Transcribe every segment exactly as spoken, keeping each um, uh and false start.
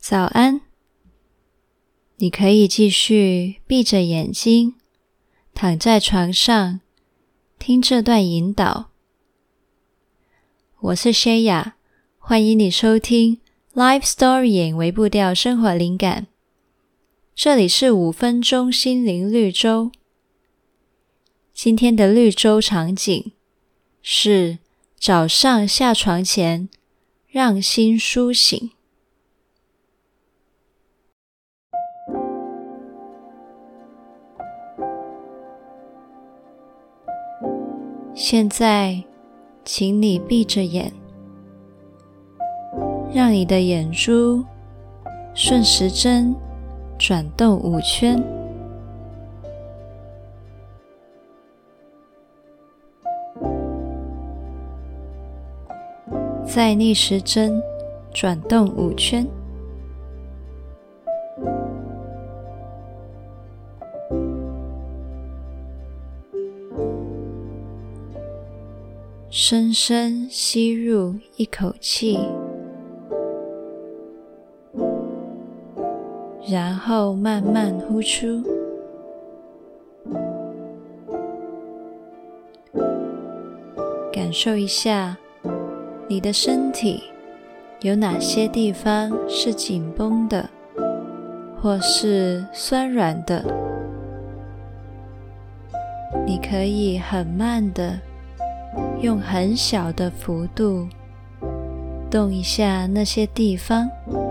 早安，你可以继续闭着眼睛，躺在床上，听这段引导。我是 Shaya， 欢迎你收听 Life Storying 微步调生活灵感。这里是五分钟心灵绿洲。今天的绿洲场景是早上下床前，让心苏醒。现在，请你闭着眼，让你的眼珠顺时针转动五圈，再逆时针转动五圈。深深吸入一口气，然后慢慢呼出。感受一下你的身体有哪些地方是紧绷的，或是酸软的。你可以很慢的用很小的幅度动一下那些地方，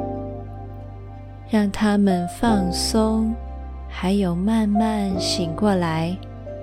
让它们放松，还有慢慢醒过来。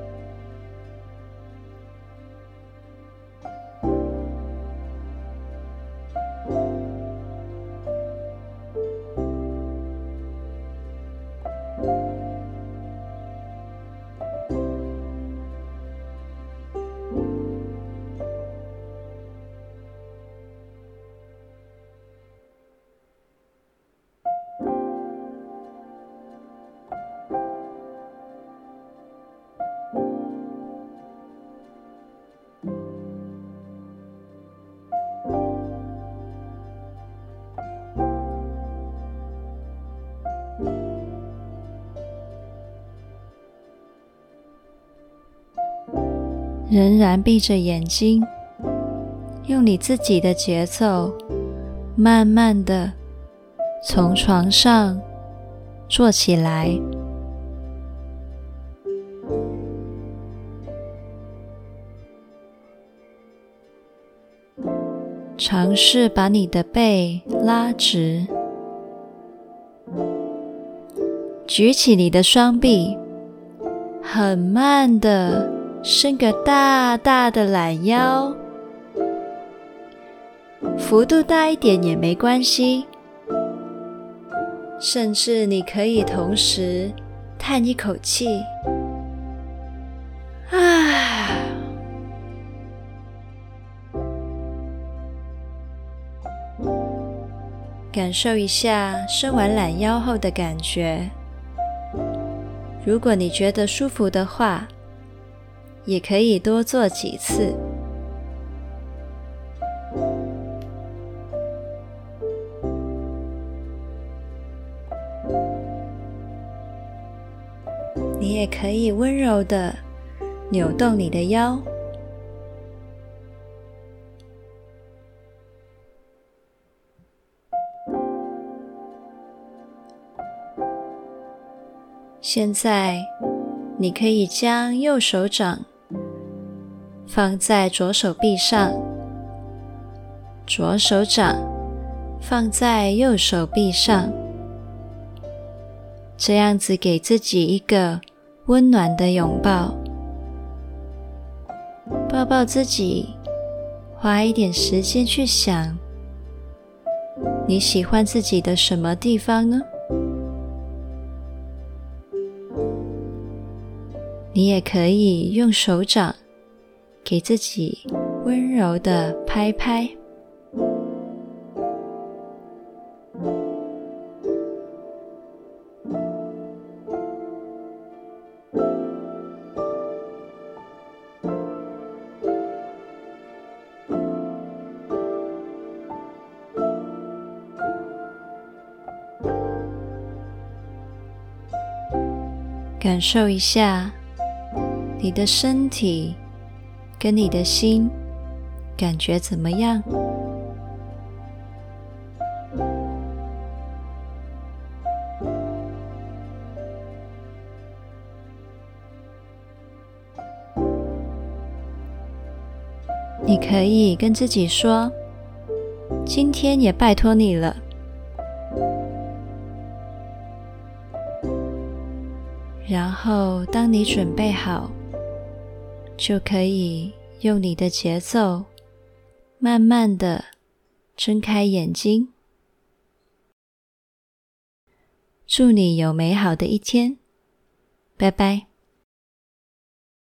仍然闭着眼睛，用你自己的节奏，慢慢的从床上坐起来。尝试把你的背拉直，举起你的双臂，很慢的伸个大大的懒腰，幅度大一点也没关系，甚至你可以同时叹一口气，啊，感受一下伸完懒腰后的感觉。如果你觉得舒服的话，也可以多做几次。你也可以温柔地扭动你的腰。现在，你可以将右手掌放在左手臂上，左手掌放在右手臂上，这样子给自己一个温暖的拥抱。抱抱自己，花一点时间去想，你喜欢自己的什么地方呢？你也可以用手掌给自己温柔的拍拍。 感受一下你的身体跟你的心感觉怎么样？你可以跟自己说，今天也拜托你了。然后当你准备好，就可以用你的节奏慢慢的睁开眼睛。祝你有美好的一天，拜拜。